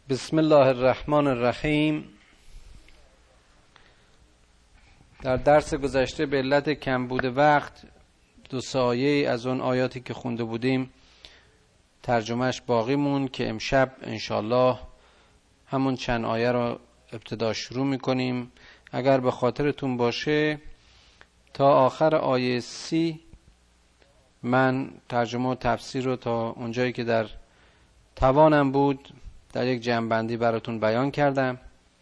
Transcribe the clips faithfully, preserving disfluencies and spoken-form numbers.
بسم الله الرحمن الرحیم. در درس گذشته به علت کمبود وقت دو سایه از اون آیاتی که خونده بودیم ترجمهش باقی مون که امشب انشالله همون چند آیه رو ابتدا شروع میکنیم. اگر به خاطرتون باشه تا آخر آیه سی من ترجمه و تفسیر رو تا اونجایی که در توانم بود در یک جمع‌بندی براتون بیان کردم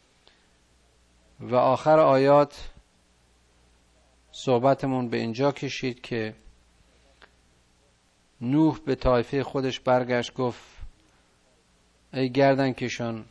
و آخر آیات صحبتمون به اینجا کشید که نوح به طایفه خودش برگشت گفت ای گردن کشان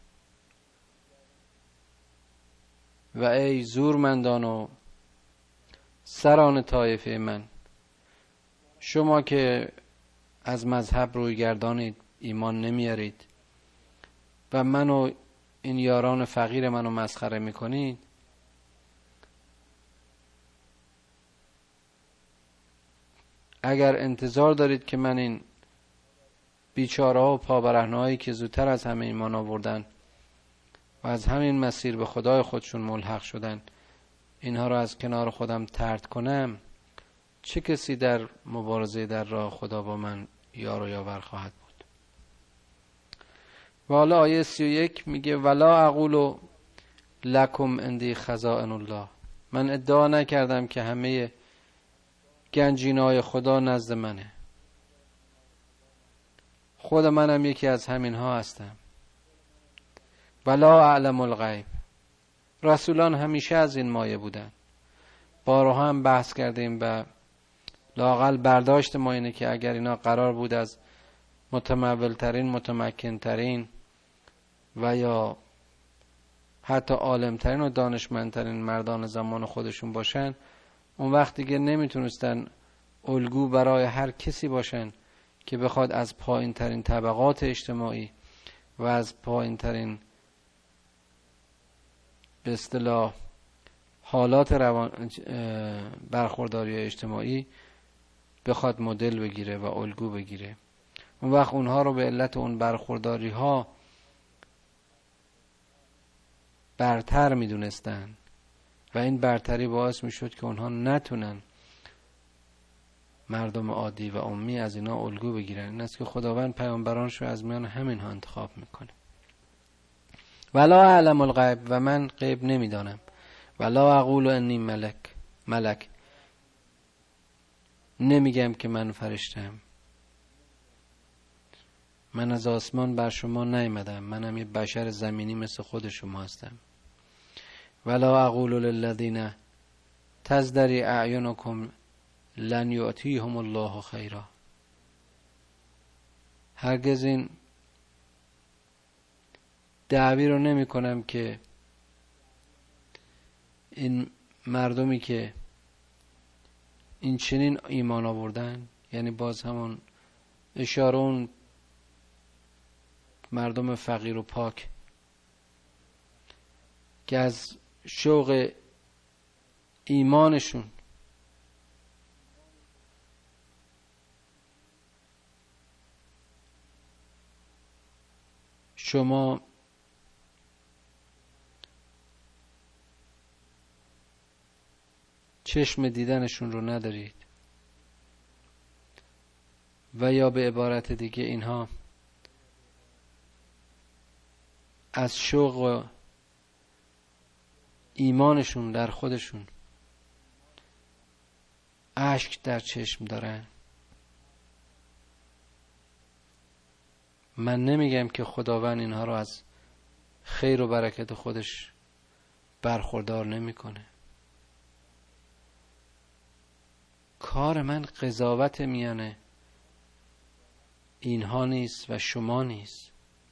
و ای زورمندان و سران طایفه من، شما که از مذهب روی گردانید ایمان نمیارید و منو این یاران فقیر منو مسخره میکنید، اگر انتظار دارید که من این بیچاره ها و پابرهنه هایی که زودتر از همه ایمان آوردن و از همین مسیر به خدای خودشون ملحق شدن اینها رو از کنار خودم طرد کنم، چه کسی در مبارزه در راه خدا با من یار و یاور خواهد بود؟ و حالا آیه سی و یک میگه ولا اقول لکم عندی خزائن الله، من ادعا نکردم که همه گنجینه‌های خدا نزد منه، خود منم یکی از همین ها هستم. ولا اعلم الغیب، رسولان همیشه از این مایه بودن. بارها هم بحث کردیم و لااقل برداشت ما اینه که اگر اینا قرار بود از متمول ترین متمکن ترین و یا حتی عالم ترین و دانشمند ترین مردان زمان خودشون باشن، اون وقت دیگه نمیتونستن الگو برای هر کسی باشن که بخواد از پایین ترین طبقات اجتماعی و از پایین ترین به اصطلاح حالات روان برخورداری اجتماعی بخواد مدل بگیره و الگو بگیره. اون وقت اونها رو به علت اون برخورداری ها برتر میدونستن و این برتری باعث میشد که اونها نتونن مردم عادی و عمومی از اینا الگو بگیرن. این است که خداوند پیامبرانش رو از میان همین ها انتخاب میکنه. ولا اعلم الغیب، و من غیب نمیدانم. ولا اقول انی ملک، ملک نمیگم که من فرشتم، من از آسمان بر شما نیامدم، منم یه بشر زمینی مثل خود شما هستم. ولا اقول للذین تزدری اعینکم لن یؤتیهم الله خیرا، هرگز این دعوی رو نمی کنم که این مردمی که این چنین ایمان آوردن، یعنی باز همون اشاره اون مردم فقیر و پاک که از شوق ایمانشون شما چشم دیدنشون رو ندارید و یا به عبارت دیگه اینها از شوق ایمانشون در خودشون اشک در چشم دارن، من نمیگم که خداوند اینها رو از خیر و برکت خودش برخوردار نمیکنه. کار من قضاوت میانه اینها نیست و شما نیست.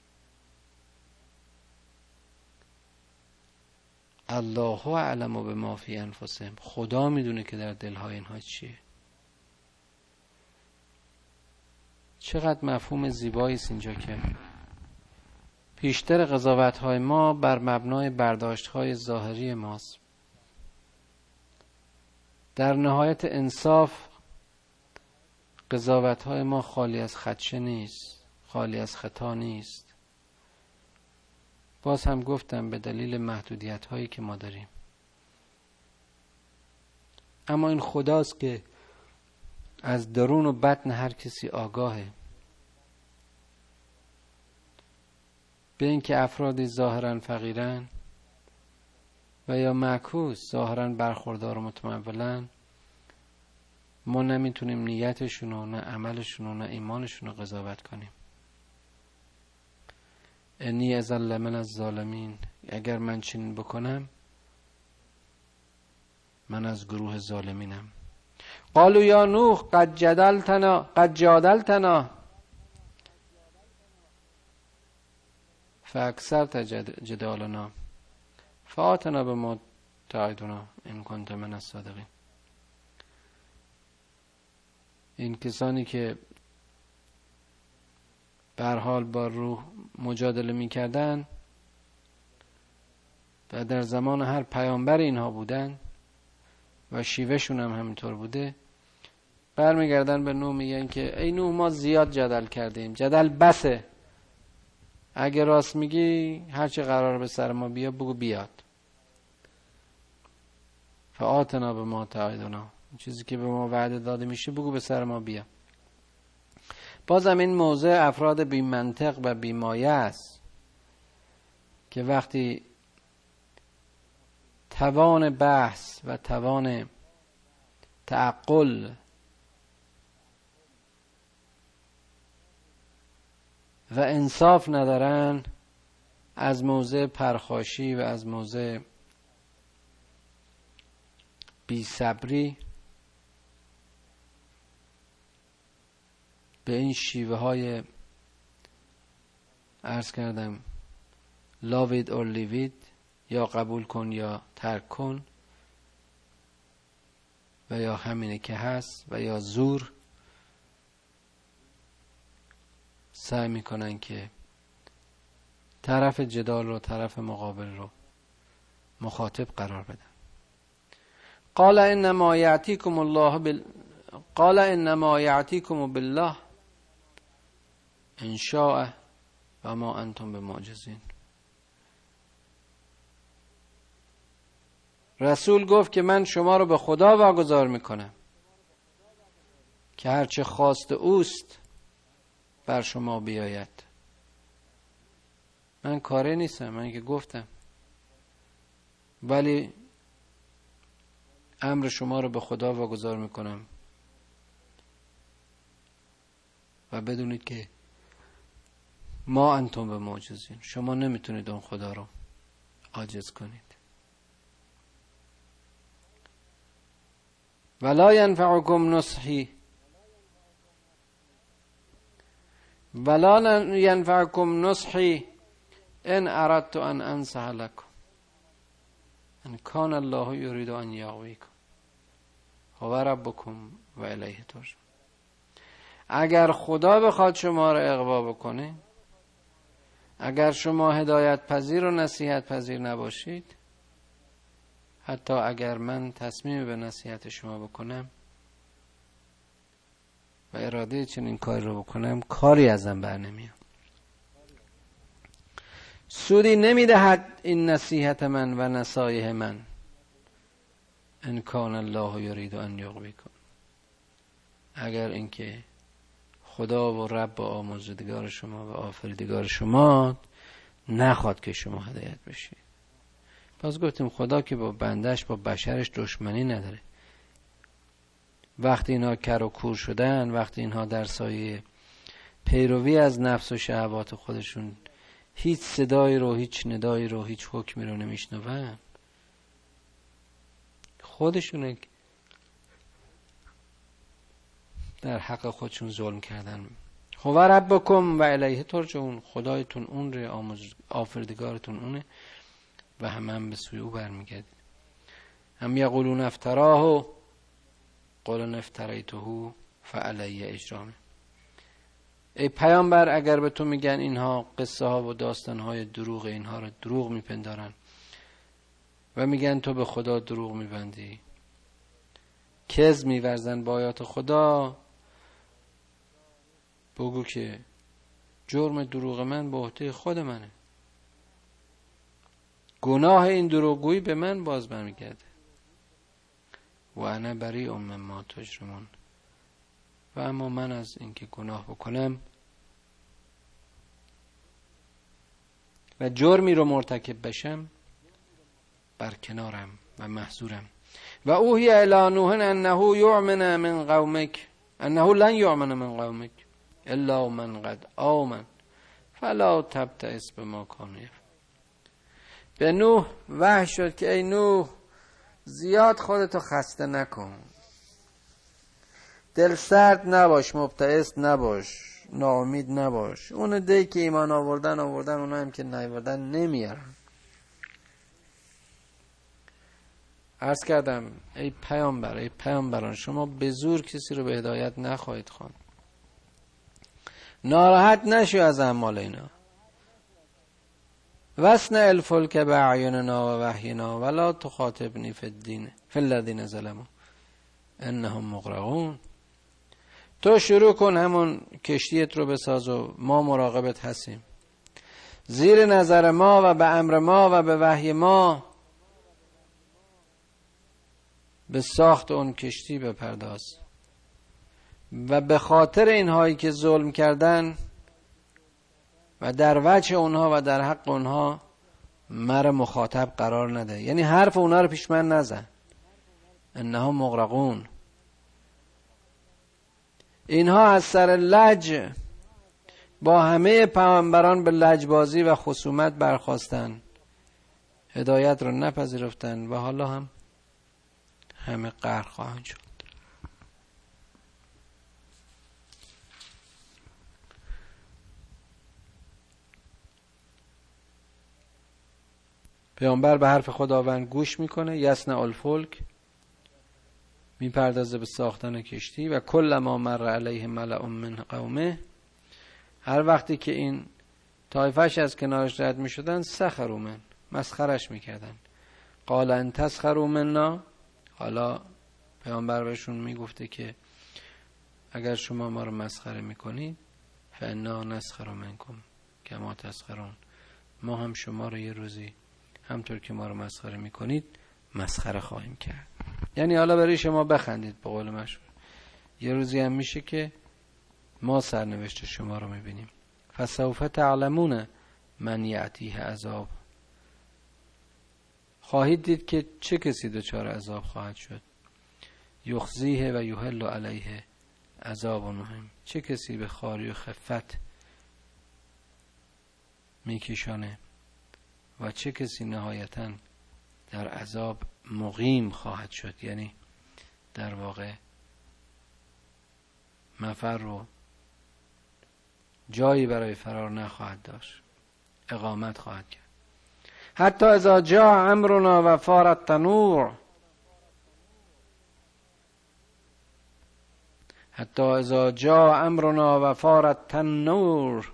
الله اعلم بما فی انفسهم، خدا میدونه که در دلهای اینها چیه. چقدر مفهوم زیبایی است اینجا که پیشتر قضاوت‌های ما بر مبنای برداشت‌های ظاهری ماست. در نهایت انصاف قضاوت‌های ما خالی از خدشه نیست، خالی از خطا نیست. باز هم گفتم به دلیل محدودیت هایی که ما داریم. اما این خداست که از درون و بطن هر کسی آگاهه. به این که افرادی ظاهرا فقیرن و یا معکوس ظاهرا برخوردار و متمولن، ما نمیتونیم نیتشونو، نه عملشونو، نه ایمانشونو قضاوت کنیم. انی اذل من الظالمین، اگر من چنین بکنم من از گروه ظالمینم. قالوا یا نوح قد جدلتنا قد جادلتنا فاکثرت جدالنا فآتنا بما تعدنا ان کنت من الصادقین. این کسانی که به هر حال با روح مجادله می‌کردن و در زمان هر پیامبر اینها بودن و شیوهشون هم همینطور بوده، برمیگردن به نوح میگن که ای نوح ما زیاد جدل کردیم، جدل بسه، اگه راست میگی هرچی قرار به سر ما بیا بگو بیاد. فآتنا بما تعدنا، چیزی که به ما وعده داده میشه بگو به سر ما بیا. بازم این موضع افراد بی منطق و بی مایه است که وقتی توان بحث و توان تعقل و انصاف ندارن، از موضع پرخاشی و از موضع بی صبری به این شیوه های عرض کردم love it or leave it، یا قبول کن یا ترک کن و یا همینه که هست و یا زور، سعی میکنن که طرف جدال رو، طرف مقابل رو مخاطب قرار بدن. قال انما یعطیکم الله بال قال انما یعطیکم بالله ان شاء و ما انتم بمعجزین. رسول گفت که من شما رو به خدا واگذار میکنم که هرچه خواست اوست بر شما بیاید. من کاره نیستم، من که گفتم، ولی امر شما رو به خدا واگذار میکنم و بدونید که ما انتم به معجزین، شما نمیتونید اون خدا رو عاجز کنید. ولا ینفعکم نصحی ولا ینفعکم نصحی ان اردت ان انصح لکم ان کان الله یرید ان یغویکم هو ربکم و الیه ترجعون. اگر خدا بخواد شما رو اغوا بکنه، اگر شما هدایت پذیر و نصیحت پذیر نباشید، حتی اگر من تصمیم به نصیحت شما بکنم و اراده چنین کاری رو بکنم، کاری ازم بر نمیاد، سودی نمیدهد این نصیحت من و نصایح من. ان کان الله یرید ان یغویکم، اگر اینکه خدا و رب و آموزگار شما و آفریدگار شما نخواد که شما هدایت بشید. باز گفتیم خدا که با بندش، با بشرش دشمنی نداره. وقتی اینها کر و کور شدن، وقتی اینها در سایه پیروی از نفس و شهوات خودشون هیچ صدایی رو، هیچ ندایی رو، هیچ حکمی رو نمیشنون، خودشونه در حق خودشون ظلم کردن. هو ربکم و الیه ترجعون، خدایتون اون ره، آفریدگارتون اونه و هم هم به سوی او برمیگردید. هم یقولون افتراه قل افتریته فعلی اجرامه. ای پیامبر، اگر به تو میگن اینها قصه ها و داستان های دروغ، اینها رو دروغ میپندارن و میگن تو به خدا دروغ میبندی، کذب میورزن با آیات خدا، بگو که جرم دروغ من به عهده خود منه. گناه این دروغگویی به من باز برمیگرده. و انا بریء مما تجرمون، و اما من از اینکه گناه بکنم و جرمی رو مرتکب بشم برکنارم و محذورم. و اوحی الی نوح انه یؤمن من قومک انه لن یؤمن من قومک الا من قد آمن فلا تبتئس بما کانوا یفعلون. به نوح وحی شد که ای نوح زیاد خودتو خسته نکن، دل سرد نباش، مبتئس نباش، ناامید نباش. اون دی که ایمان آوردن آوردن، اونا هم که نیاوردن نمیارن. عرض کردم ای پیامبر، ای پیامبران، شما به زور کسی رو به هدایت نخواهید خواند. ناراحت نشو از اعمال اینا. واسنع الفلک باعیننا و وحینا ولا تخاطبنی فی الدین فی الذین ظلموا انهم مغرقون. تو شروع کن همون کشتیت رو بساز و ما مراقبت هستیم. زیر نظر ما و به امر ما و به وحی ما به ساخت اون کشتی بپرداز و به خاطر اینهایی که ظلم کردن و در وجه اونها و در حق اونها مر مخاطب قرار نده. یعنی حرف اونها رو پیش من نزن. انهم مغرقون. اینها از سر لج با همه پیامبران به لجبازی و خصومت برخاستن، هدایت رو نپذیرفتن و حالا هم همه غرق خواهند شد. پیامبر به حرف خداوند گوش میکنه. یصنع الفلک، میپردازه به ساختن کشتی. و کل ما مر علیه ملأ من قومه، هر وقتی که این طایفش از کنارش رد میشدن سخروا من، مسخرش میکردن. قال ان تسخروا منا، حالا پیامبر بهشون میگفته که اگر شما ما رو مسخره میکنید فانا نسخر منکم کما تسخرون، ما هم شما رو یه روزی همطور که ما رو مسخره میکنید مسخره خواهیم کرد. یعنی حالا برای شما بخندید، به قول مشهور. یه روزی هم میشه که ما سرنوشت شما رو میبینیم. فسوف تعلمون من یأتیه عذاب، خواهید دید که چه کسی دچار عذاب خواهد شد. یخزیه و یحل علیه عذاب مهم، چه کسی به خواری و خفت میکشانه و چه کسی نهایتاً در عذاب مقیم خواهد شد. یعنی در واقع مفر رو جایی برای فرار نخواهد داشت، اقامت خواهد کرد. حتی اذا جاء امرنا و فارت التنور، حتی اذا جاء امرنا و فارت التنور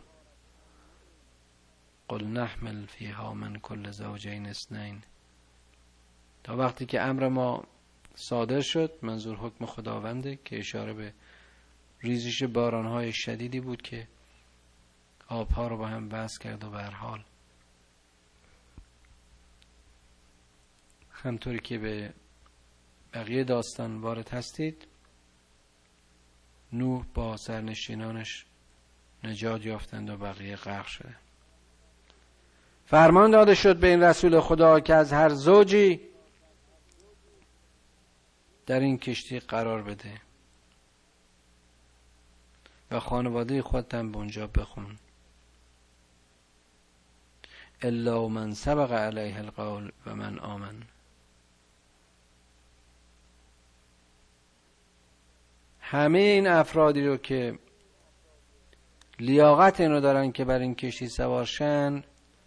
قل نحمل فیها من کل زوجین اثنین. تا وقتی که امر ما صادر شد، منظور حکم خداونده که اشاره به ریزش بارانهای شدیدی بود که آبها رو با هم وصل کرد و به هر حال همطوری که به بقیه داستان وارد هستید، نوح با سرنشینانش نجات یافتند و بقیه غرق شدند. فرمان داده شد به این رسول خدا که از هر زوجی در این کشتی قرار بده و خانواده خودت هم به اونجا بخون. الا من سبق علیه القول و من آمن. همه این افرادی رو که لیاقت اینو دارن که بر این کشتی سوارشن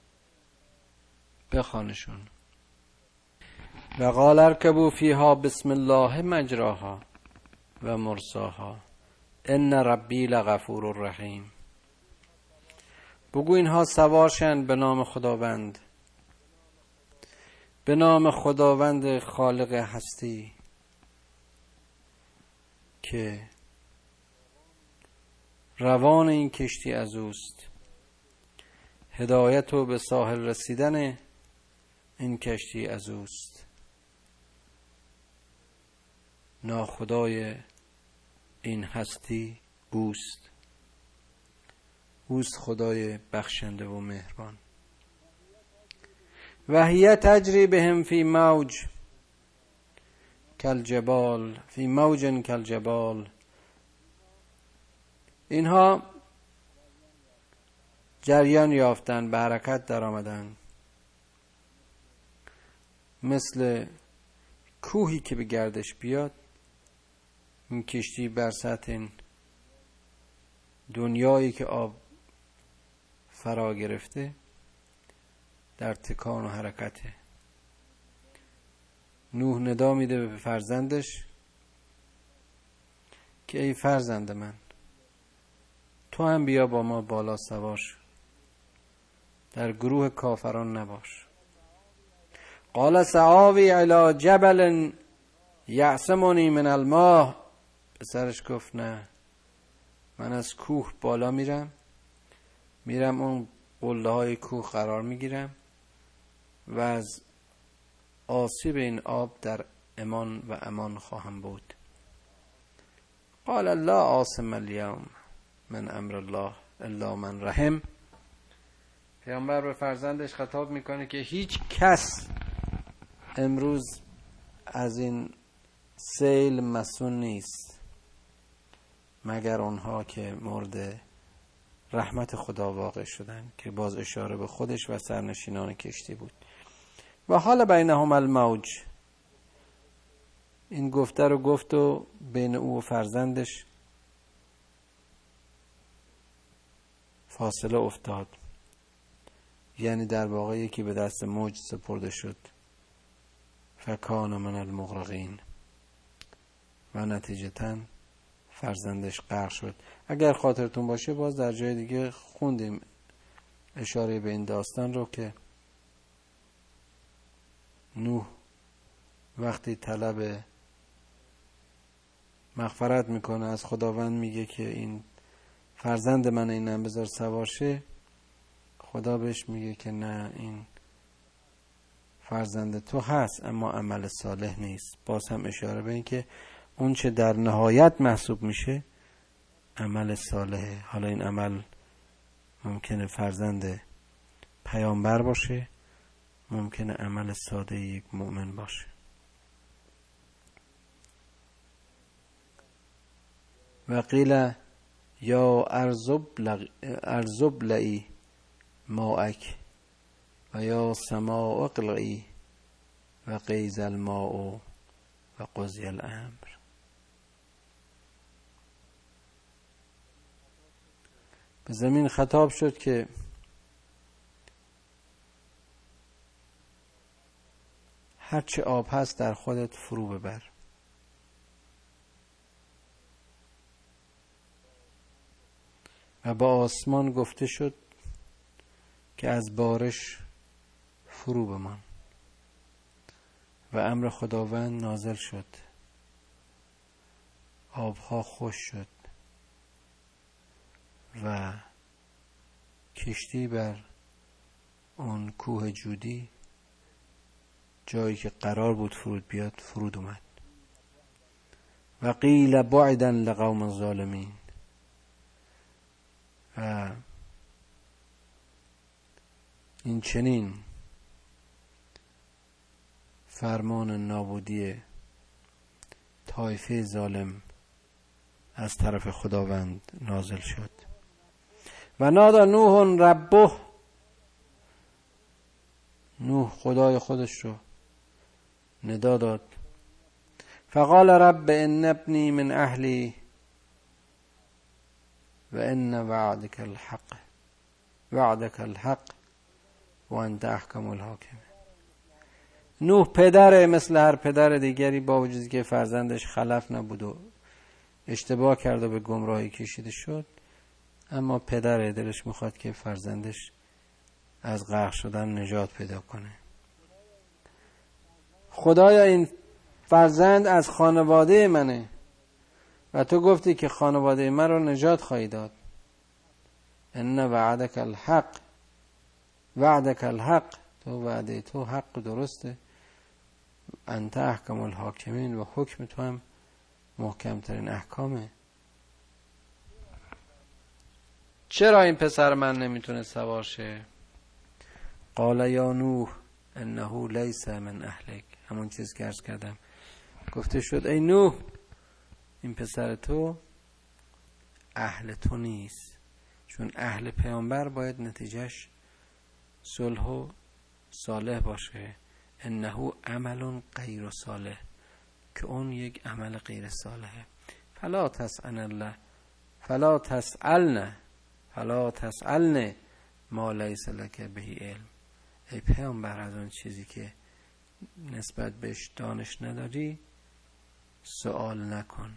بخوانشون. و قال ارکبوا فیها بسم الله مجراها و مرساها ان ربی لغفور رحیم. بگو اینها سوارشن به نام خداوند، به نام خداوند خالق هستی که روان این کشتی از اوست، هدایت و به ساحل رسیدن این کشتی از اوست، ناخدای این هستی اوست، اوست خدای بخشنده و مهربان. و هی تجری بهم فی موج کالجبال، فی موج کالجبال. اینها جریان یافتن، به حرکت در آمدن، مثل کوهی که به گردش بیاد. این کشتی بر سطح این دنیایی که آب فرا گرفته در تکان و حرکته. نوح ندا میده به فرزندش که ای فرزند من، تو هم بیا با ما بالا سوار شو، در گروه کافران نباش. قال سآوی الی جبل یعصمنی من الماء. پسرش گفت نه، من از کوه بالا میرم، میرم اون قله های کوه قرار میگیرم و از آسیب این آب در امان و امان خواهم بود. قال لا عاصم اليوم من امر الله الا من رحم. پیامبر به فرزندش خطاب میکنه که هیچ کس امروز از این سیل مسون نیست مگر اونها که مورد رحمت خدا واقع شدن، که باز اشاره به خودش و سرنشینان کشتی بود. و حال بینهم الموج. این گفته رو گفت و بین او و فرزندش فاصله افتاد، یعنی در واقع یکی به دست موج سپرده شد. فکان من المغرقین. و نتیجتاً فرزندش غرق شد. اگر خاطرتون باشه باز در جای دیگه خوندیم اشاره به این داستان رو که نوح وقتی طلب مغفرت میکنه از خداوند، میگه که این فرزند من اینم بذار سوار شه، خدا بهش میگه که نه، این فرزند تو هست اما عمل صالح نیست. باز هم اشاره به این که اون چه در نهایت محسوب میشه عمل صالحه. حالا این عمل ممکنه فرزند پیامبر باشه، ممکنه عمل ساده یک مؤمن باشه. و قیل یا ارزب لئی ماءک و یا سماء اقلعی و قیز الماء و قضی الامر. به زمین خطاب شد که هرچه آب هست در خودت فرو ببر. و با آسمان گفته شد که از بارش فرو بمان. و امر خداوند نازل شد، آبها خوش شد و کشتی بر اون کوه جودی، جایی که قرار بود فرود بیاد، فرود اومد. و قیل بعدا لقوم الظالمین. و این چنین فرمان نابودی طایفه ظالم از طرف خداوند نازل شد. و نادى نوح ربه. نوح خدای خودش رو ندا داد. فقال رب ان ابنی من اهلی و ان وعدك الحق وعدك الحق و انت احکم الحاکم. نوح پدره، مثل هر پدر دیگری، با وجودی که فرزندش خلف نبود و اشتباه کرد و به گمراهی کشیده شد، اما پدر دلش میخواد که فرزندش از غرق شدن نجات پیدا کنه. خدایا این فرزند از خانواده منه و تو گفتی که خانواده من رو نجات خواهی داد. ان وعدک الحق وعدک الحق. تو وعده تو حق و درسته، انت احکم الحاکمین و حکم تو هم محکمترین احکامه. چرا این پسر من نمیتونه سوار شه؟ قال یا نوح انه لیس من اهلک، همون چیز که عرض کردم، گفته شد ای نوح این پسر تو اهل تو نیست، چون اهل پیامبر باید نتیجهش صلح و صالح باشه. انه عمل غیر صالح، که اون یک عمل غیر صالحه. فلا تسأل الله فلا تسألن فلا تسألن ما لیس لک به علم. ای پیامبر از اون چیزی که نسبت بهش دانش نداری سوال نکن.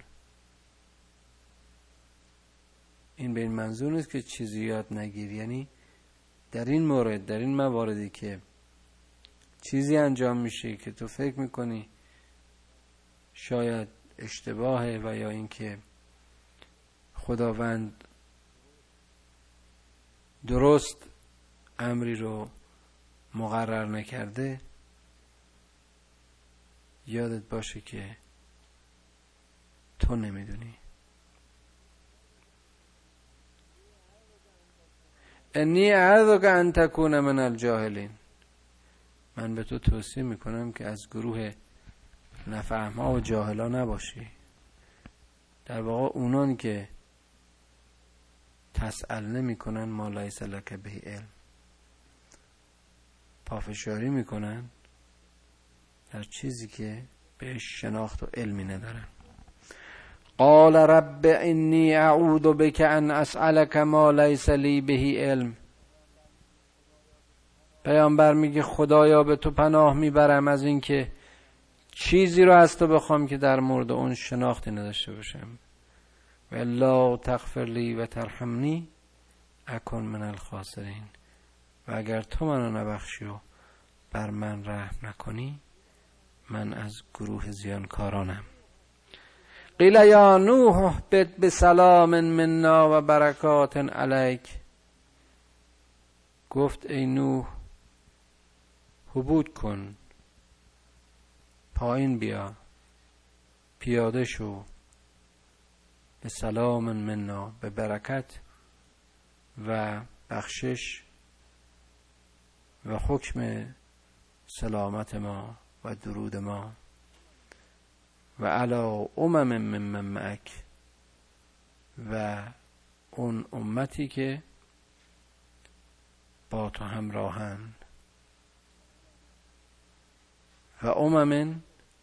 این به این منظور نیست که چیزی یاد نگیر، یعنی در این مورد، در این مواردی که چیزی انجام میشه که تو فکر میکنی شاید اشتباهه و یا اینکه خداوند درست امری رو مقرر نکرده، یادت باشه که تو نمیدونی. انی اعظک ان تکون من الجاهلین، من به تو توصیه میکنم که از گروه نفهم‌ها و جاهلا نباشی. در واقع اونان که تسأل نمیکنن ما لیس لک به علم، پافشاری میکنن در چیزی که بهش شناخت و علمی ندارن. قال رب انی اعوذ بک ان اسألک ما لیس لی به علم. پیامبر میگه خدایا به تو پناه میبرم از این که چیزی رو از تو بخوام که در مورد اون شناختی نداشته باشم. و الا تغفر لی و ترحمنی اکن من الخاسرین، و اگر تو منو نبخشی و بر من رحم نکنی من از گروه زیانکارانم. قیل یا نوح اهبط بسلام منا و برکات علیک. گفت ای نوح هبوط کن، پایین بیا، پیاده شو، به سلام منا، به برکت و بخشش و حکم سلامت ما و درود ما. و علی امم ممن معک، و اون امتی که با تو همراهن. و امم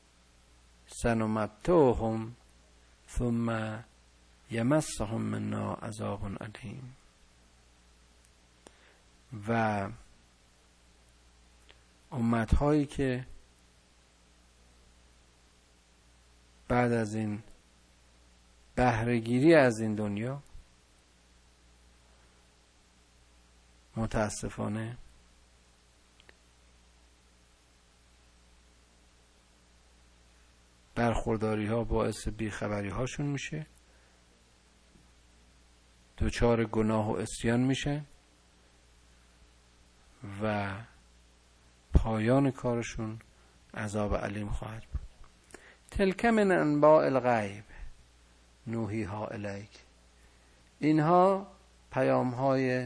سنمتعهم ثم یمسهم منا عذاب علیم. و امت هایی که بعد از این بهره‌گیری از این دنیا متاسفانه برخورداری ها باعث بیخبری هاشون میشه، دوچار گناه و عصیان میشه و پایان کارشون عذاب علیم خواهد بود. تلک من انباء الغیب نوحی ها الیک. اینها پیام های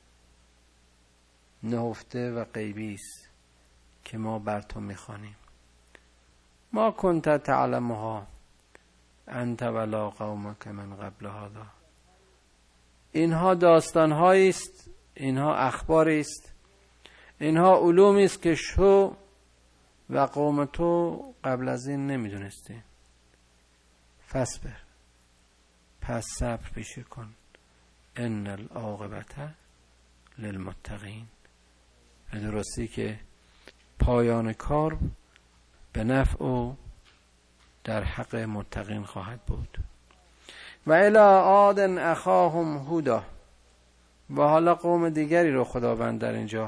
نهفته و غیبی است که ما بر تو میخوانیم. ما کنت تعلمها انت ولا قومک من قبل هذا. اینها داستان هایی است، اینها اخباری است، اینها علومی است که شو و قوم تو قبل از این نمیدونستی. فصبر، پس صبر پیشه کن. ان العاقبت للمتقین. به درستی که پایان کار به نفع و در حق متقین خواهد بود. و الی عاد اخاهم هودا. و حالا قوم دیگری رو خداوند در اینجا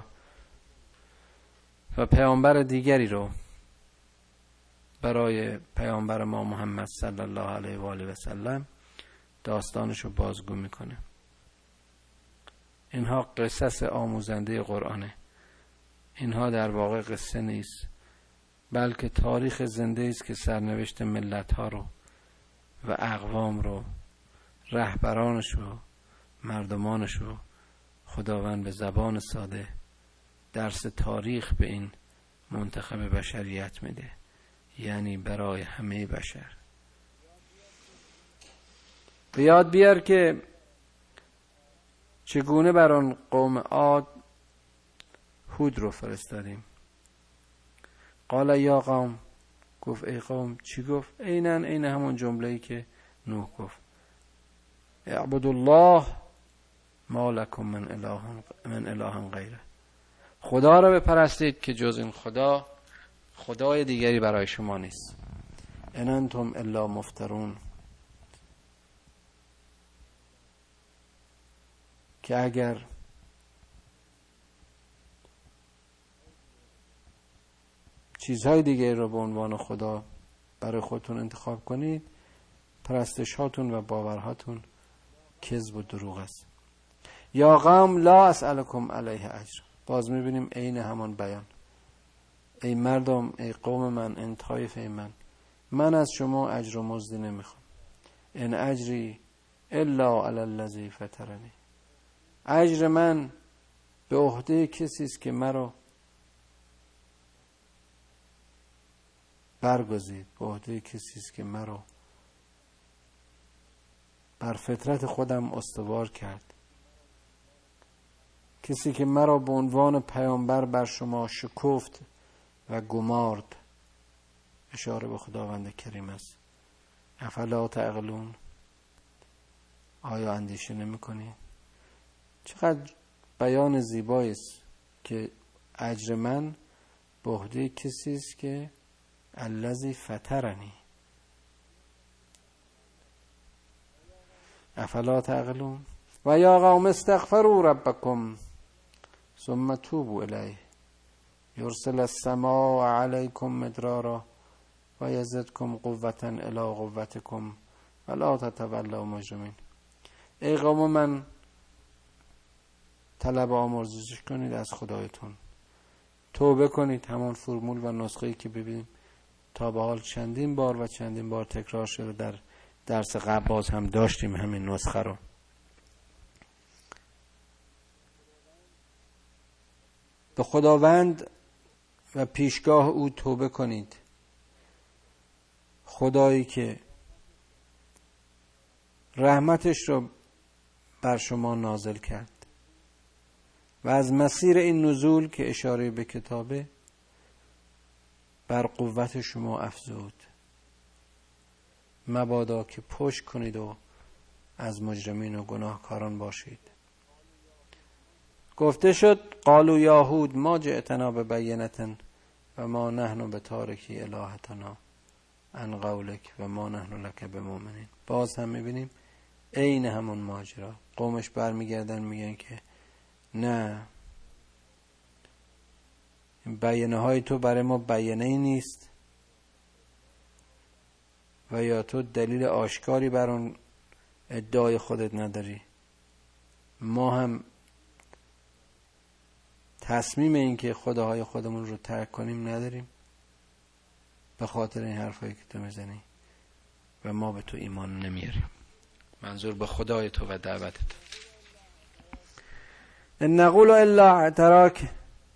و پیامبر دیگری رو برای پیامبر ما محمد صلی الله علیه و آله و سلم داستانش رو بازگو میکنه. اینها قصص آموزنده قرآنه. اینها در واقع قصه نیست، بلکه تاریخ زنده است که سرنوشت ملت ها رو و اقوام رو، رهبرانش رو، مردمانش رو خداوند به زبان ساده درس تاریخ به این منتخب بشریت میده، یعنی برای همه بشر. به یاد بیار که چگونه بر آن قوم عاد هود رو فرستادیم. قال یا قوم، گفت ای قوم. چی گفت؟ اینن این همون جمله‌ای که نوح گفت، اعبدوا الله ما لکم من اله من اله غیره. خدا را بپرستید که جز این خدا خدای دیگری برای شما نیست. ان انتم الا مفترون. که اگر چیزهای دیگه رو به عنوان خدا برای خودتون انتخاب کنید، پرستشاتون و باورهاتون کذب و دروغ است. یا قوم لا اسألکم علیه اجر. باز میبینیم عین همان بیان. ای مردم، ای قوم من، این طایفه من، من از شما اجر و مزدی نمیخوام. ان اجری الا علی الذی فطرنی. اجر من به عهده کسی است که مرا برگزید، به عهده کسی است که مرا بر فطرت خودم استوار کرد، کسی که مرا به عنوان پیامبر بر شما شکفت و گمارد. اشاره به خداوند کریم است. افلا تعقلون. آیا اندیشه نمی کنی؟ چقدر بیان زیبایی است که اجر من به عهده کسی است که الذی فطرنی. افلا تعقلون. و یا قوم استغفروا ربکم ثم توبوا الیه یرسل السماء علیکم مدرارا و یزدکم قوة الی قوتکم ولا تتولوا مجرمین. ای قوم من، طلب آمرزش کنید از خدایتون، توبه کنید. همون فرمول و نسخه‌ای که ببینیم تا به حال چندین بار و چندین بار تکرار شده، در درس قبل باز هم داشتیم همین نسخه رو. به خداوند و پیشگاه او توبه کنید، خدایی که رحمتش رو بر شما نازل کرد و از مسیر این نزول که اشاره به کتابه بر قوت شما افزود، مبادا که پشت کنید و از مجرمین و گناهکاران باشید. گفته شد قالوا یا هود ما جئتنا ببینة و ما نحن بتارکی الهتنا عن قولک و ما نحن لک بمؤمنین. باز هم میبینیم عین همون ماجرا. قومش برمیگردن میگن که نه، بیانه های تو برای ما بیانه ای نیست و یا تو دلیل آشکاری بر اون ادعای خودت نداری. ما هم تصمیم این که خداهای خودمون رو ترک کنیم نداریم به خاطر این حرفایی که تو میزنی و ما به تو ایمان نمیاریم. منظور به خدای تو و دعوت تو. ان نقول الا اعتراک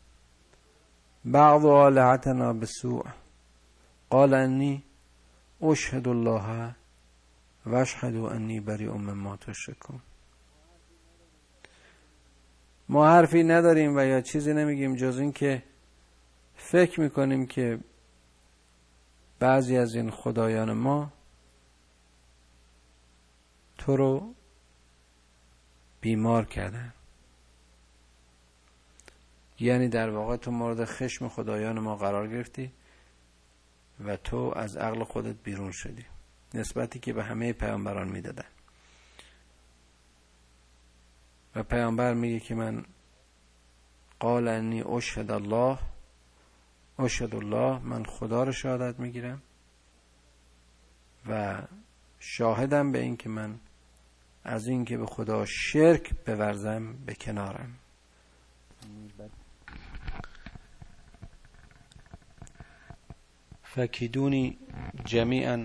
بعض آلهتنا بسوء قال انی اشهد الله و اشهد انی بریء مما تشرکون. ما حرفی نداریم و یا چیزی نمیگیم جز این که فکر میکنیم که بعضی از این خدایان ما تو رو بیمار کردن، یعنی در واقع تو مورد خشم خدایان ما قرار گرفتی و تو از عقل خودت بیرون شدی، نسبتی که به همه پیامبران میدادن. و پیامبر میگه که من قال انی اشهد الله اشهد الله، من خدا رو شهادت میگیرم و شاهدم به این که من از این که به خدا شرک بورزم به کنارم. فکیدونی جمیعا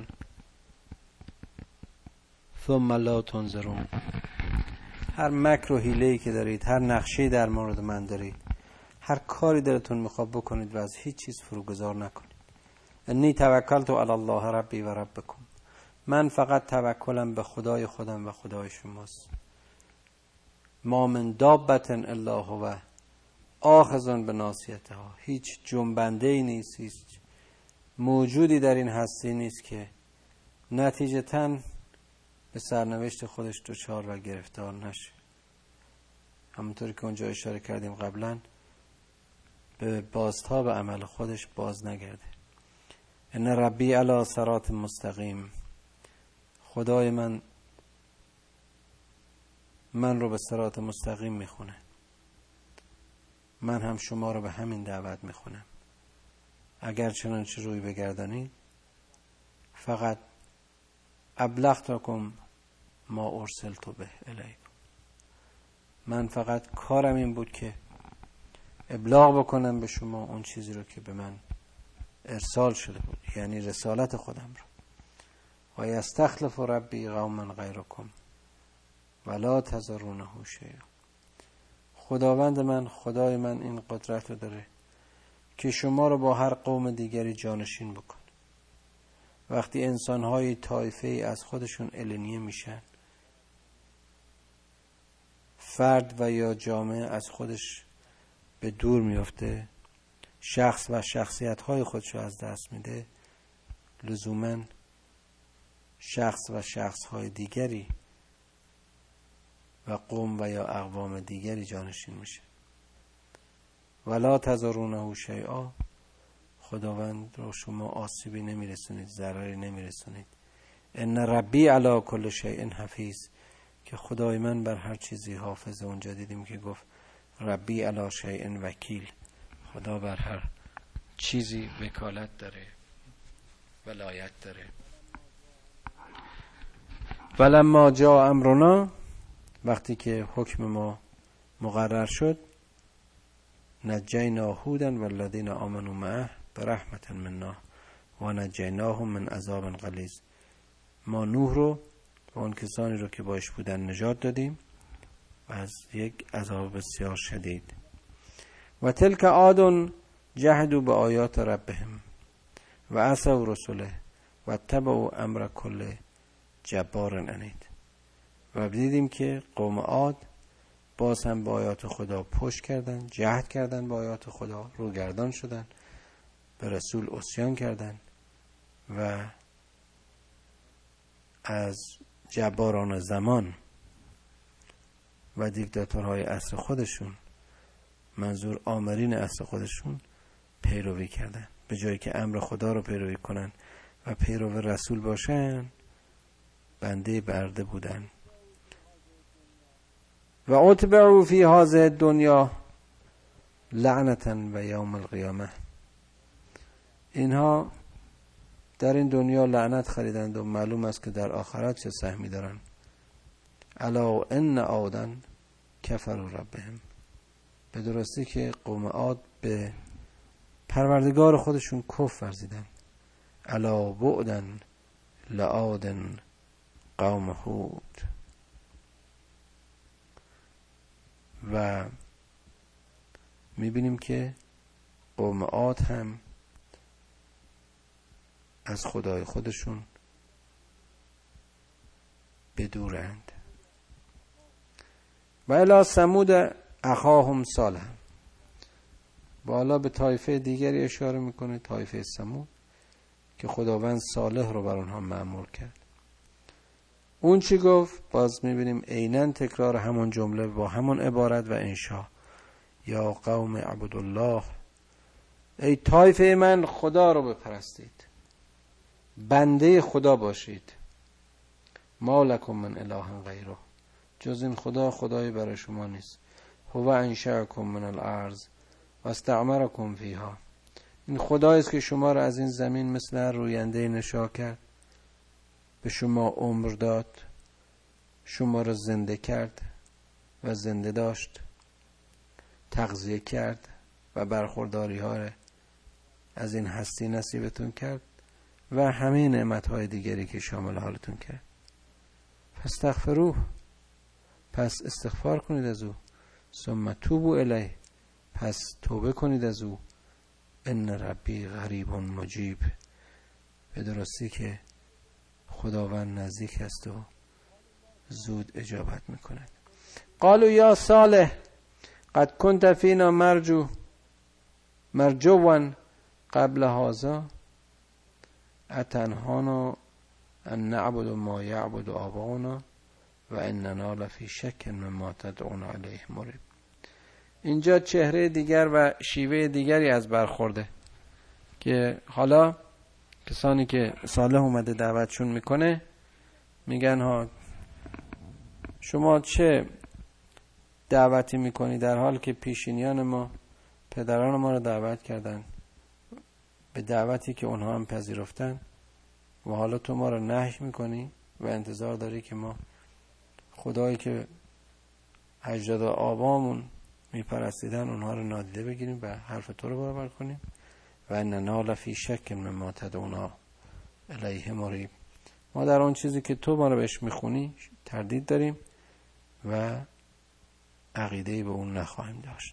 ثم لا تنظرون. هر مکر و حیله‌ای که دارید، هر نقشه‌ای در مورد من دارید، هر کاری دلتون میخواد بکنید و از هیچ چیز فروگذار نکنید. انی توکلت علی الله ربی و ربکم. من فقط توکلم به خدای خودم و خدای شماست. ما من دابة الا هو آخذ بناصیتها. هیچ جنبنده ای نیست، هیچ موجودی در این هستی نیست که نتیجتاً به سرنوشت خودش دچار و گرفتار نشه. همونطوری که اونجا اشاره کردیم قبلا، به بازتاب عمل خودش باز نگرده. ان ربی علی صراط مستقیم. خدای من من رو به صراط مستقیم میخونه. من هم شما رو به همین دعوت میخونم. اگر چنانچه روی بگردانی فقط ابلغتکم ما ارسلت به الیکم. من فقط کارم این بود که ابلاغ بکنم به شما اون چیزی رو که به من ارسال شده بود، یعنی رسالت خودم رو. و یستخلف ربی قوما غیرکم ولا تذرونه شیئا. خداوند من، خدای من این قدرت رو داره که شما رو با هر قوم دیگری جانشین بکن. وقتی انسان‌های طایفه‌ای از خودشون الینیه میشن، فرد و یا جامعه از خودش به دور میفته، شخص و شخصیت‌های خودش رو از دست میده، لزوماً شخص و شخص‌های دیگری و قوم و یا اقوام دیگری جانشین میشه. ولا تذرونه شیئا. خداوند رو شما آسیبی نمیرسونید، ضرری نمیرسونید. ان ربی علی کل شیء حفیظ. که خدای من بر هر چیزی حافظ. اونجا دیدیم که گفت ربی علی شیء وکیل. خدا بر هر چیزی وکالت داره، ولایت داره. ولما جاء امرنا. وقتی که حکم ما مقرر شد، نجینا هودا والذین آمنوا معه برحمت منا و نجیناهم من عذاب غلیظ. ما نوح رو و اون کسانی رو که باش بودن نجات دادیم و از یک عذاب بسیار شدید. و تلک عاد جحدوا بآیات ربهم و عصوا رسله و اتبعوا امر کل جبار عنید. و دیدیم که قوم عاد باز هم با آیات خدا پشت کردن، جهد کردن با آیات خدا، روگردان شدن، به رسول عصیان کردن و از جباران زمان و دیکتاتورهای عصر خودشون، منظور آمرین عصر خودشون، پیروی کردن. به جایی که امر خدا رو پیروی کنن و پیرو رسول باشن، بنده برده بودن. و اتبعوا فی هذه الدنیا لعنتا و یوم القیامه. اینها در این دنیا لعنت خریدند و معلوم است که در آخرت چه سهمی دارن. الا ان عادا کفروا ربهم. به درستی که قوم عاد به پروردگار خودشون کفر ورزیدن. الا بعدا لعاد قوم هود. و میبینیم که قوم عاد هم از خدای خودشون بدورند. و الی ثمود اخاهم صالح. بالا به طایفه دیگری اشاره میکنه، طایفه ثمود، که خداوند صالح رو بر اونها مأمور کرد. اون چی گفت؟ باز میبینیم عیناً تکرار همون جمله با همون عبارت و انشا. یا قوم عبدالله. ای طایفه من، خدا رو بپرستید، بنده خدا باشید. ما لکم من اله غیره. جز این خدا خدایی برای شما نیست. هو انشأکم من الارض و استعمرکم فیها. این خدایی است که شما را از این زمین مثل روینده نشا کرد، به شما عمر داد، شما را زنده کرد و زنده داشت، تغذیه کرد و برخورداری ها را از این هستی نصیبتون کرد و همه نعمتهای دیگری که شامل حالتون کرد. فاستغفروه، پس استغفار کنید از او. ثم توبوا الیه، پس توبه کنید از او. ان ربی قریب مجیب، به درستی که خداوند نزدیک است و زود اجابت میکند. قالوا یا صالح قد كنت فینا مرجو مرجوا قبل هذا اتنهانا ان نعبد ما یعبد آباؤنا و اننا لفی شک مما تدعونا الیه مریب. اینجا چهره دیگر و شیوه دیگری از برخورده که حالا کسانی که صالح اومده دعوتشون میکنه میگن ها شما چه دعوتی میکنی در حال که پیشینیان ما پدران ما رو دعوت کردن به دعوتی که اونها هم پذیرفتن و حالا تو ما رو نهی میکنی و انتظار داری که ما خدایی که اجداد آبامون میپرستیدن اونها رو نادیده بگیریم و حرف تو رو باور کنیم. و اننا لفی شک مما تدعونا الیه مریب، ما در اون چیزی که تو ما رو بهش میخونی تردید داریم و عقیده‌ای به اون نخواهیم داشت.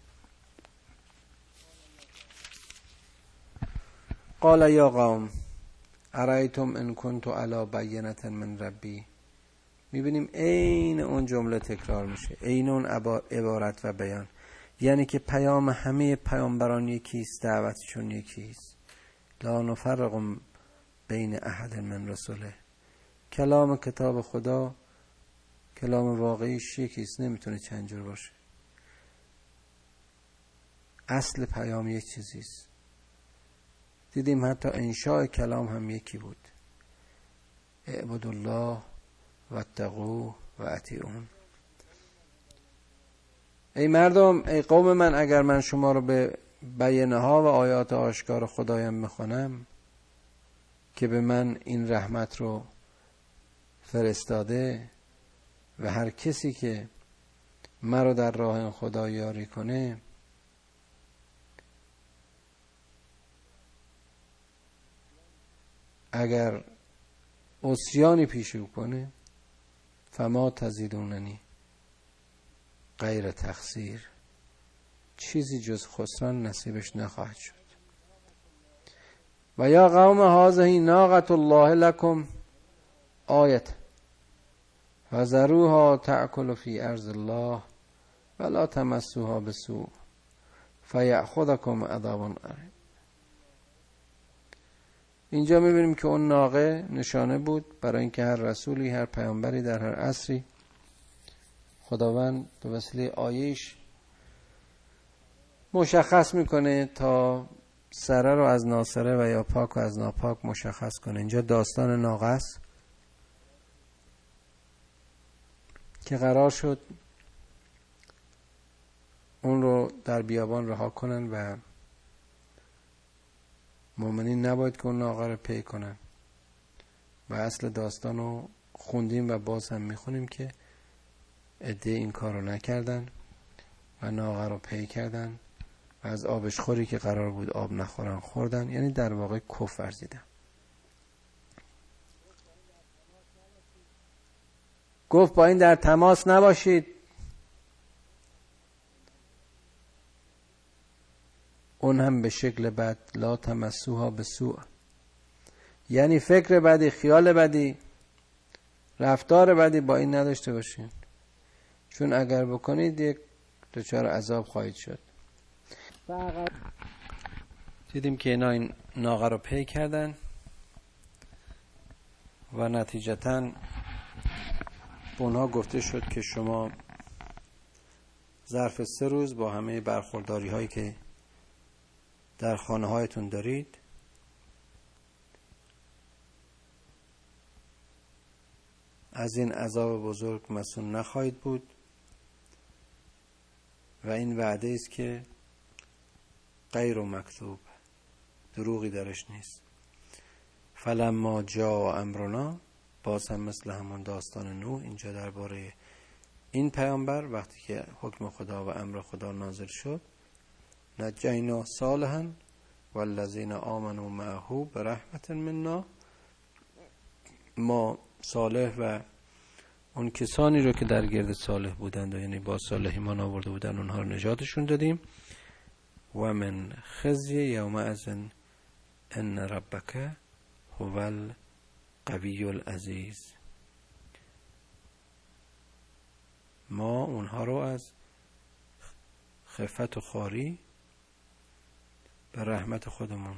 قال یا قوم ارایتم ان کنت علی بینة من ربی. میبینیم عین اون جمله تکرار میشه، عین اون عبارت و بیان، یعنی که پیام همه پیامبران یکیست، دعوتشون یکیست. لا نفرق بین احد من رسوله، کلام کتاب خدا کلام واقعیش یکیست، نمیتونه چند جور باشه. اصل پیام یک چیزیست. دیدیم حتی انشاء کلام هم یکی بود، اعبدوا الله واتقوه و اطیعون. ای مردم، ای قوم من، اگر من شما رو به بیانه ها و آیات آشکار خدایم میخوانم که به من این رحمت رو فرستاده و هر کسی که مرا در راه خدا یاری کنه اگر عصیانی پیش او کنه فما تزیدوننی غیر تخسیر، چیزی جز خسران نصیبش نخواهد شد. و یا قوم هذه ناقة الله لکم آیت فذروها تأکل فی ارض الله ولا تمسوها بسوء فیأخذکم عذاب قریب. اینجا میبینیم که اون ناقه نشانه بود برای اینکه هر رسولی، هر پیامبری در هر عصری خداوند به وسیله آیه‌اش مشخص میکنه تا سره رو از ناسره و یا پاک و از ناپاک مشخص کنه. اینجا داستان ناقه است که قرار شد اون رو در بیابان رها کنن و مؤمنین نباید که اون ناقه رو پی کنن و اصل داستان رو خوندیم و باز هم میخونیم که عده این کار رو نکردن و ناقه رو پی کردن و از آبش خوری که قرار بود آب نخورن خوردن، یعنی در واقع کفر ورزیدن. گفت با این در تماس نباشید. اون هم به شکل بد، لا تمسوها بسوء، یعنی فکر بدی، خیال بدی، رفتار بدی با این نداشته باشین، چون اگر بکنید یک دچار عذاب خواهید شد. دیدیم که اینا این ناقه رو پی کردن و نتیجتاً به اونها گفته شد که شما ظرف سه روز با همه برخورداری هایی که در خانه هایتون دارید از این عذاب بزرگ مسئول نخواهید بود و این وعده است که غیر و مکذوب، دروغی درش نیست. فلما جاء امرنا، باز هم مثل همون داستان نوح اینجا درباره این پیامبر وقتی که حکم خدا و امر خدا نازل شد، نجینا صالحا والذین آمنوا معه برحمت منا، ما صالح و اون کسانی رو که در گرد صالح بودند و یعنی با صالح ایمان آورده بودن اونها رو نجاتشون دادیم. و من خزی یومئذ ان ربک هو القوی العزیز، ما اونها رو از خفت و خواری به رحمت خودمون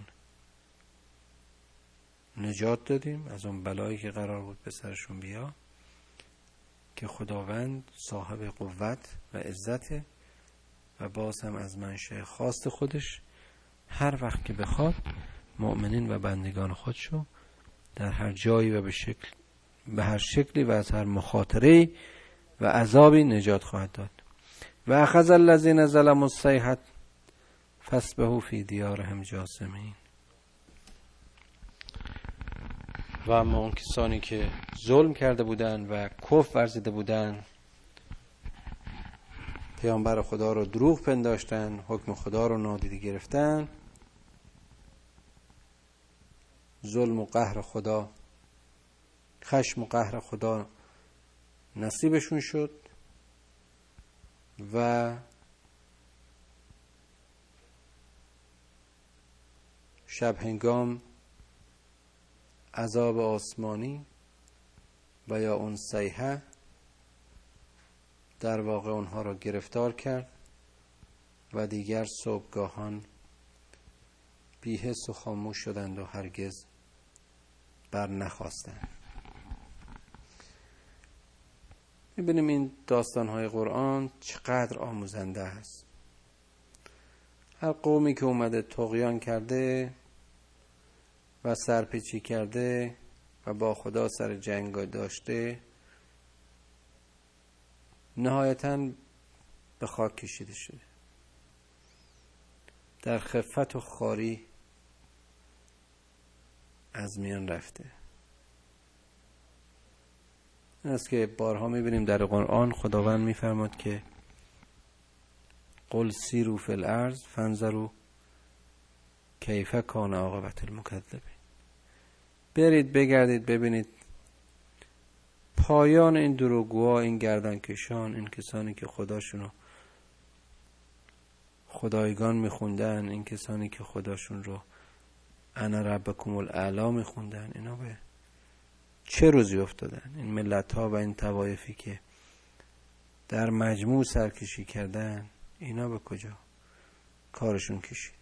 نجات دادیم، از اون بلایی که قرار بود به سرشون بیا، که خداوند صاحب قوت و عزته و باز هم از منشأ خواست خودش هر وقت که بخواد مؤمنین و بندگان خودشو در هر جایی و به شکل به هر شکلی و از هر مخاطره‌ای و عذابی نجات خواهد داد. و اخذ الذین ظلموا الصیحة فاصبحوا فی دیارهم جاثمین. و اما اون کسانی که ظلم کرده بودند و کفر ورزیده بودند، پیامبر خدا رو دروغ پنداشتن، حکم خدا رو نادیده گرفتن، ظلم و قهر خدا، خشم و قهر خدا نصیبشون شد و شب هنگام عذاب آسمانی و یا اون صیحه در واقع اونها را گرفتار کرد و دیگر صبحگاهان بی حس و خاموش شدند و هرگز بر نخواستند. می‌بینیم این داستان‌های قرآن چقدر آموزنده است. هر قومی که اومده طغیان کرده و سرپیچی کرده و با خدا سر جنگ داشته، نهایتاً به خاک کشیده شده، در خفت و خواری از میان رفته. این است که بارها میبینیم در قرآن خداوند میفرماد که قل سیروا فی الارض فانظروا کیف کان عاقبة المکذبین. برید بگردید ببینید پایان این دروغگوها، این گردنکشان، این کسانی که خداشونو خدایگان میخوندن، این کسانی که خداشون رو انا ربکم الاعلی میخوندن، اینا به چه روزی افتادن؟ این ملت ها و این طوایفی که در مجموع سرکشی کردن، اینا به کجا کارشون کشید؟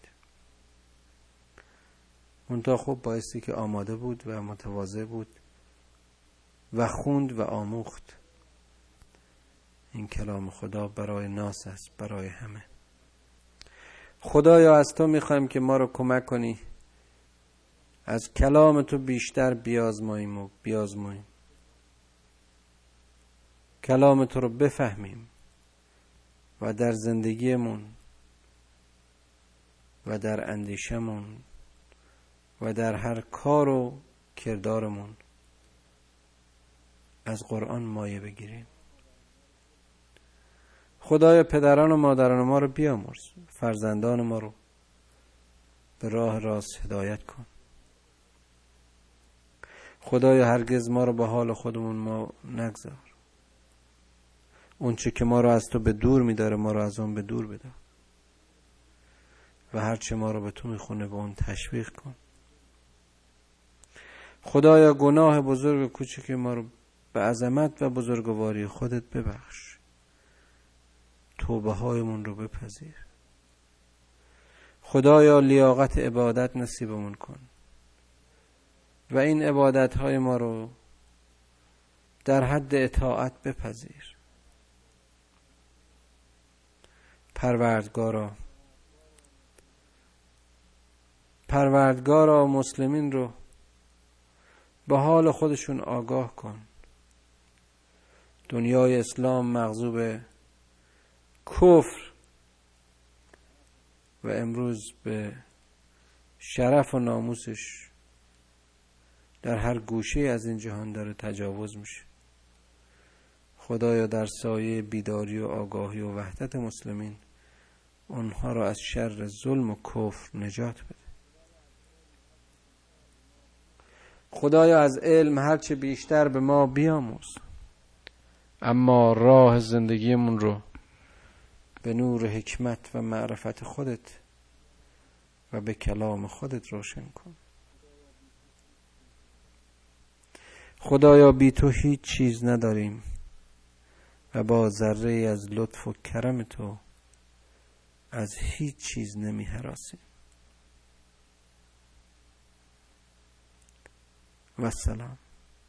منتها خب بایستی که آماده بود و متواضع بود و خوند و آموخت. این کلام خدا برای ناس است، برای همه. خدایا از تو میخوایم که ما رو کمک کنی از کلام تو بیشتر بیازماییم و بیازماییم، کلام تو رو بفهمیم و در زندگیمون و در اندیشمون و در هر کار و کردارمون از قرآن مایه بگیریم. خدایا پدران و مادران ما رو بیامرز، فرزندان ما رو به راه راست هدایت کن. خدایا هرگز ما رو به حال خودمون ما نگذار. اون چه که ما رو از تو به دور می‌داره ما رو از اون به دور بدار و هر چه ما رو به تو میخونه به اون تشویق کن. خدایا گناه بزرگ و کوچک ما رو به عظمت و بزرگواری خودت ببخش. توبه هایمون رو بپذیر. خدایا لیاقت عبادت نصیبمون کن و این عبادت های ما رو در حد اطاعت بپذیر. پروردگارا پروردگارا مسلمین رو به حال خودشون آگاه کن. دنیای اسلام مغضوب کفر و امروز به شرف و ناموسش در هر گوشه از این جهان داره تجاوز میشه. خدایا در سایه بیداری و آگاهی و وحدت مسلمین اونها را از شر ظلم و کفر نجات بده. خدایا از علم هرچه بیشتر به ما بیاموز، اما راه زندگیمون رو به نور حکمت و معرفت خودت و به کلام خودت روشن کن. خدایا بی تو هیچ چیز نداریم و با ذره از لطف و کرم تو از هیچ چیز نمی هراسیم. و سلام.